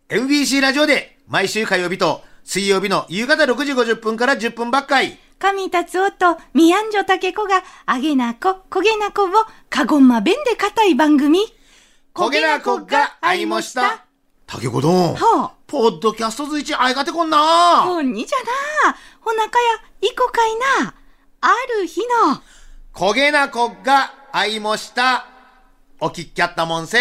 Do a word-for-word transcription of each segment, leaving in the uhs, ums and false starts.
エムビーシー ラジオで毎週火曜日と水曜日の夕方ろくじごじゅっぷんからじゅっぷんばっかり。 上達夫と宮んじょたけこがあげなこ、こげなこをかごんま弁で固い番組。 こげなこが会いました。たけこどん。 はあ。 ポッドキャストずいちあいがてこんな。 ほんにじゃな。ほなかや、いこかいな。ある日の。 こげなこが会いました。おきっきゃったもんせ。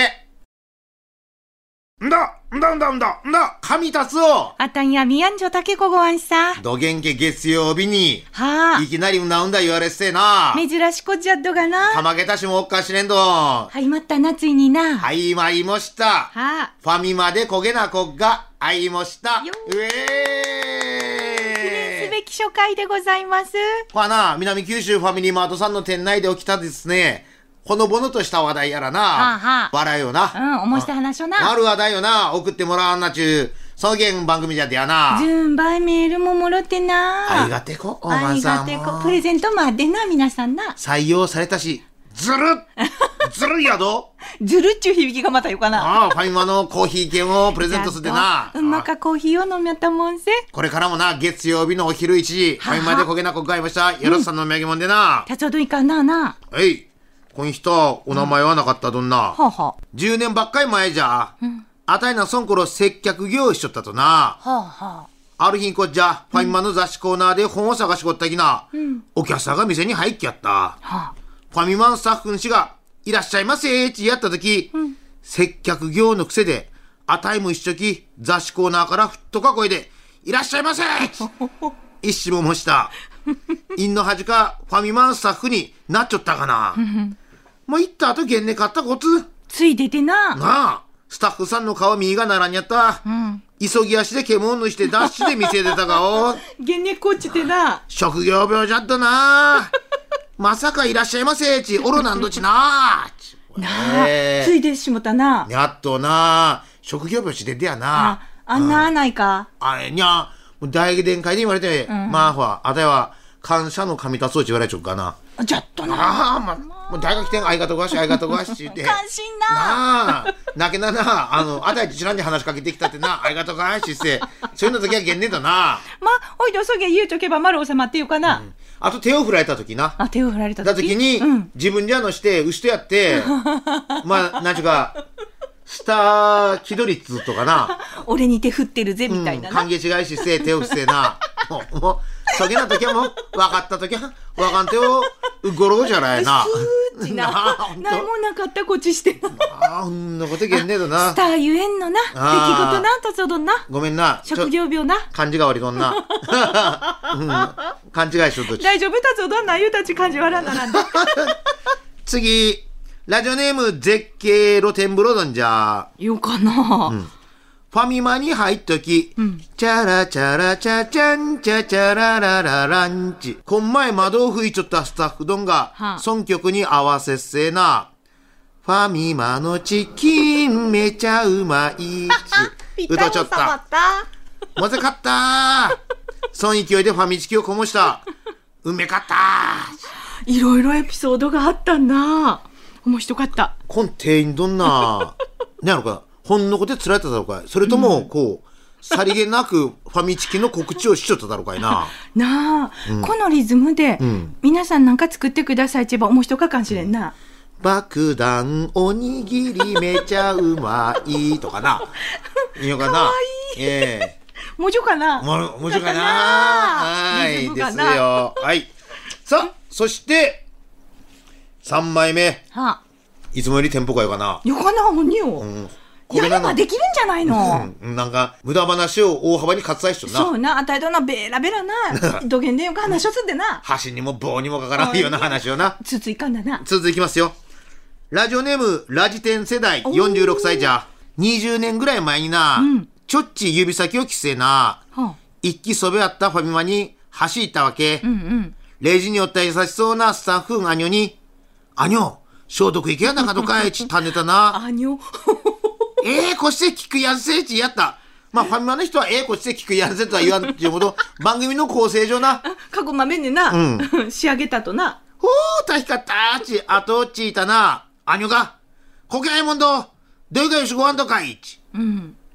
んだんだんだんだんだ神達夫。 あたんやみやんじょたけこごわんさ。 どげんけ月曜日に。 はあ。 いきなりうんだうんだ言われっせな。 珍しこっちゃっとがな。 たまげたしもおっかしれんど。 はいまったなついにな。 はいまいました。 はあ。 ファミマでこげなこが会いました。 ようえー。 記念すべき初回でございます。 これな、南九州ファミリーマートさんの店内で起きたですね、ほのぼのとした話題やらな、 はあはあ、 笑いよな。 うん、思いした話をな。 ある話題よな、送ってもらわんなちゅう、そのげん番組じゃでやな。 順番メールももろてな。 ありがてこ、おあまさんも。 りがてこ、プレゼントもあってな、皆さんな。 採用されたし、ずるっずるいやどずるっちゅう響きがまたよかな。 ああ、ファミマのコーヒー券をプレゼントすってな。 うんまかコーヒーを飲みやったもんせ。 これからもな、月曜日のお昼いちじ、ファミマでこげなこが会いました。よろしさんのお土産もんでな。 たちょうどいかなな。 はい。この人、お名前はなかったどんな。 はあ、はあ、 じゅうねんばっかり前じゃ。うん、あたいなそんころ接客業しちょったとな。 はあはあ、 ある日こっじゃ、ファミマの雑誌コーナーで本を探しこったきな。うん、お客さんが店に入っきやった。はあ、ファミマのスタッフんしが、いらっしゃいませーちやったとき、うん、接客業の癖で、あたいも一緒き雑誌コーナーからふっとか声で、いらっしゃいませー一しももした。インの端かファミマのスタッフになっちゃったかな。もう行った後げんね買ったコツ。 ついでてな。 なあ、スタッフさんの顔右がならんやった。うん、急ぎ足で獣ぬしてダッシュで店出たがお。 げんねこっちてな。 職業病じゃったな。まさかいらっしゃいませち、おろなんどちな。 なあ、えー、ついでしもたな。 やっとな、職業病しててやな。 あ、あんなあないか。 あれにゃ、大伝会で言われて、うん、まあほら、あたいは感謝の神達夫ち言われちゃうかな。 じゃっとな。 ああ、まあ、もう大学店ありがとうございます、ありがとうございますって言って。 関心な。 なあ、なけなな、あの、あたい知らんで話しかけてきたってな、ありがとうございますって、そういうの時はげんねえだな。まあ、 おいでおそげ言うとけば丸収まっていうかな。うん、 あと手を振られた時な。 あ、手を振られた時。 だ時に、うん、自分じゃのして、牛とやって、まあ、なんちゅうか、スター気取りっつうとかな。 俺に手振ってるぜ、みたいなな。 うん、歓迎違いしせ、手を振せな。もう、もう、そげな時はもう、分かった時は、分かんてよ、ゴロゴじゃないな。 すーちな。何もなかったこっちしてな。 ああ、そんなことげんねえだな。 スターゆえんのな。出来事な、たつおどんな。 ごめんな。 職業病な。 漢字が悪いどんな。うん、勘違いしとるとち。 大丈夫たつおどんな、言うたち漢字悪ならんだ。 次。ラジオネーム絶景露天風呂どんじゃ。 よかな、うん、 ファミマに入っとき、うん、チャラチャラチャチャンチャチャラララランチ。こん前窓を吹いちょったスタッフどんが、孫曲に合わせっせな。ファミマのチキンめちゃうまいち。歌っちゃった。もぜかったその勢いでファミチキをこもした。うめかったいろいろエピソードがあったんだ。面白かった。 こん店員どんな、ねやろか、ほんのこでつられただろうかい。それとも、こう、さりげなくファミチキの告知をしちゃっただろうかいな。 なあ、うん、このリズムで、うん、皆さんなんか作ってくださいって言えば面白かかんしれんな。うん、 爆弾おにぎりめちゃうまいとかな。いいのかな。かわいい。ええー。もじょかな。 も、もじょかな。はい、ですよ。はい。さあ、そして、さんまいめ、はあ、いつもよりテンポがよかな。 よかな、ほんによ。うん、やればできるんじゃないの、 うん、なんか、無駄話を大幅に割愛しとんな。 そうな、あたいとな、ベラベラな、どげんでよか話をすんでな。 箸にも棒にもかからんような話をな。 つついかんだな。 続きますよ。ラジオネーム、ラジテン世代、よんじゅうろくさいじゃ。にじゅうねんぐらい前にな、うん、ちょっち指先をきせな、はあ、一気そべあったファミマに走ったわけ。うんうん、レジにおった優しそうなスタッフンアニョに、アニョ、消毒行けやなかとかいちたんでたな。 アニョええこして聞くやんせちやった。まあファミマの人はええこして聞くやんせとは言わんっていうほど、番組の構成上な。 過去まめにな、うん、仕上げたとな。 ほー、大かったち、あとちいたな。アニョが、こけないもんど、どういうかよしごはんとかいち。うん。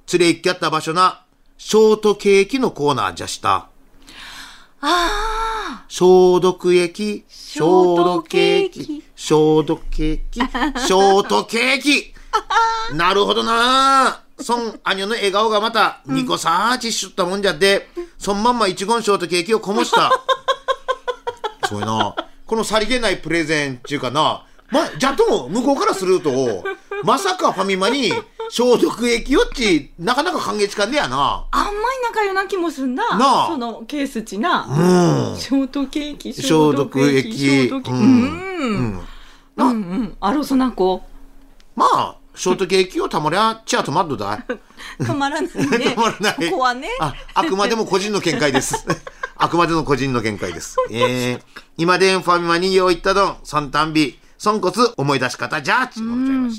連れ行きやった場所な、ショートケーキのコーナーじゃした。 ああ。 消毒液、消毒ケーキ、消毒ケーキ、ショートケーキ。なるほどな。そんアニョの笑顔がまたニコサーチしちゃったもんじゃって、うん、そんまんま一言ショートケーキをこもした。すごいな。このさりげないプレゼンっていうかな、ま、じゃとも向こうからすると、まさかファミマに消毒液よっち、なかなか歓迎つかんでやな。 あんまり仲良な気もすんな。 なあ。 そのケースちな。 うん。 ショートケーキ、 消毒液。 消毒液。うん。うん。うん。あろそなこ。 まあ、ショートケーキをたまりゃ、チアトマッドだい。 止まらないね。 止まらない。 ここはね。 あ、あくまでも個人の見解です。あくまでの個人の見解です。えー、今でんファミマによう行ったどん、そんたんび、損骨思い出し方じゃあ、ちまっちゃいました。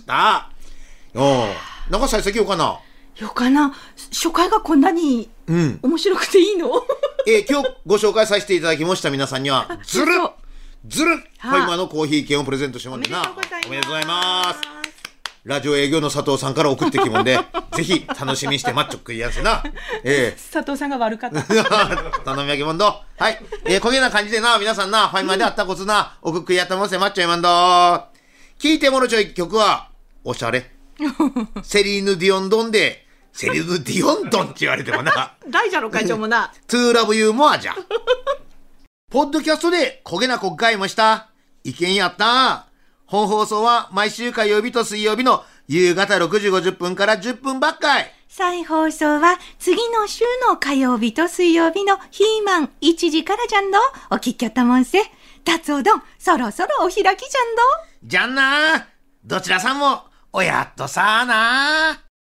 おなんか幸先よかな。 よかな。初回がこんなに面白くていいの、うん、 えー、今日ご紹介させていただきました皆さんには、ずるずるファミマのコーヒー券をプレゼントしてもらってな。おめでとうございます。ラジオ営業の佐藤さんから送ってきもんで、ぜひ楽しみにしてマッチョ食いやんせな。えー、佐藤さんが悪かった。 頼みやけもんど。はい。えー、こげな感じでな、皆さんな、ファミマであったことな、おく食いやったもんせ、マッチョやまんど。聞いてもろちょい曲は、おしゃれ。セリーヌ・ディオンドンで、セリーヌ・ディオンドンって言われてもな。 大じゃろ会長もな。 トゥーラブユーモアじゃ。ポッドキャストでこげな国会もした。意見やった。本放送は毎週火曜日と水曜日の夕方ろくじごじゅっぷんからじゅっぷんばっかい。 再放送は次の週の火曜日と水曜日のヒーマンいちじからじゃんど。お聞きやったもんせ。達おどん、そろそろお開きじゃんど。 じゃんな。どちらさんも、おやっとさあな。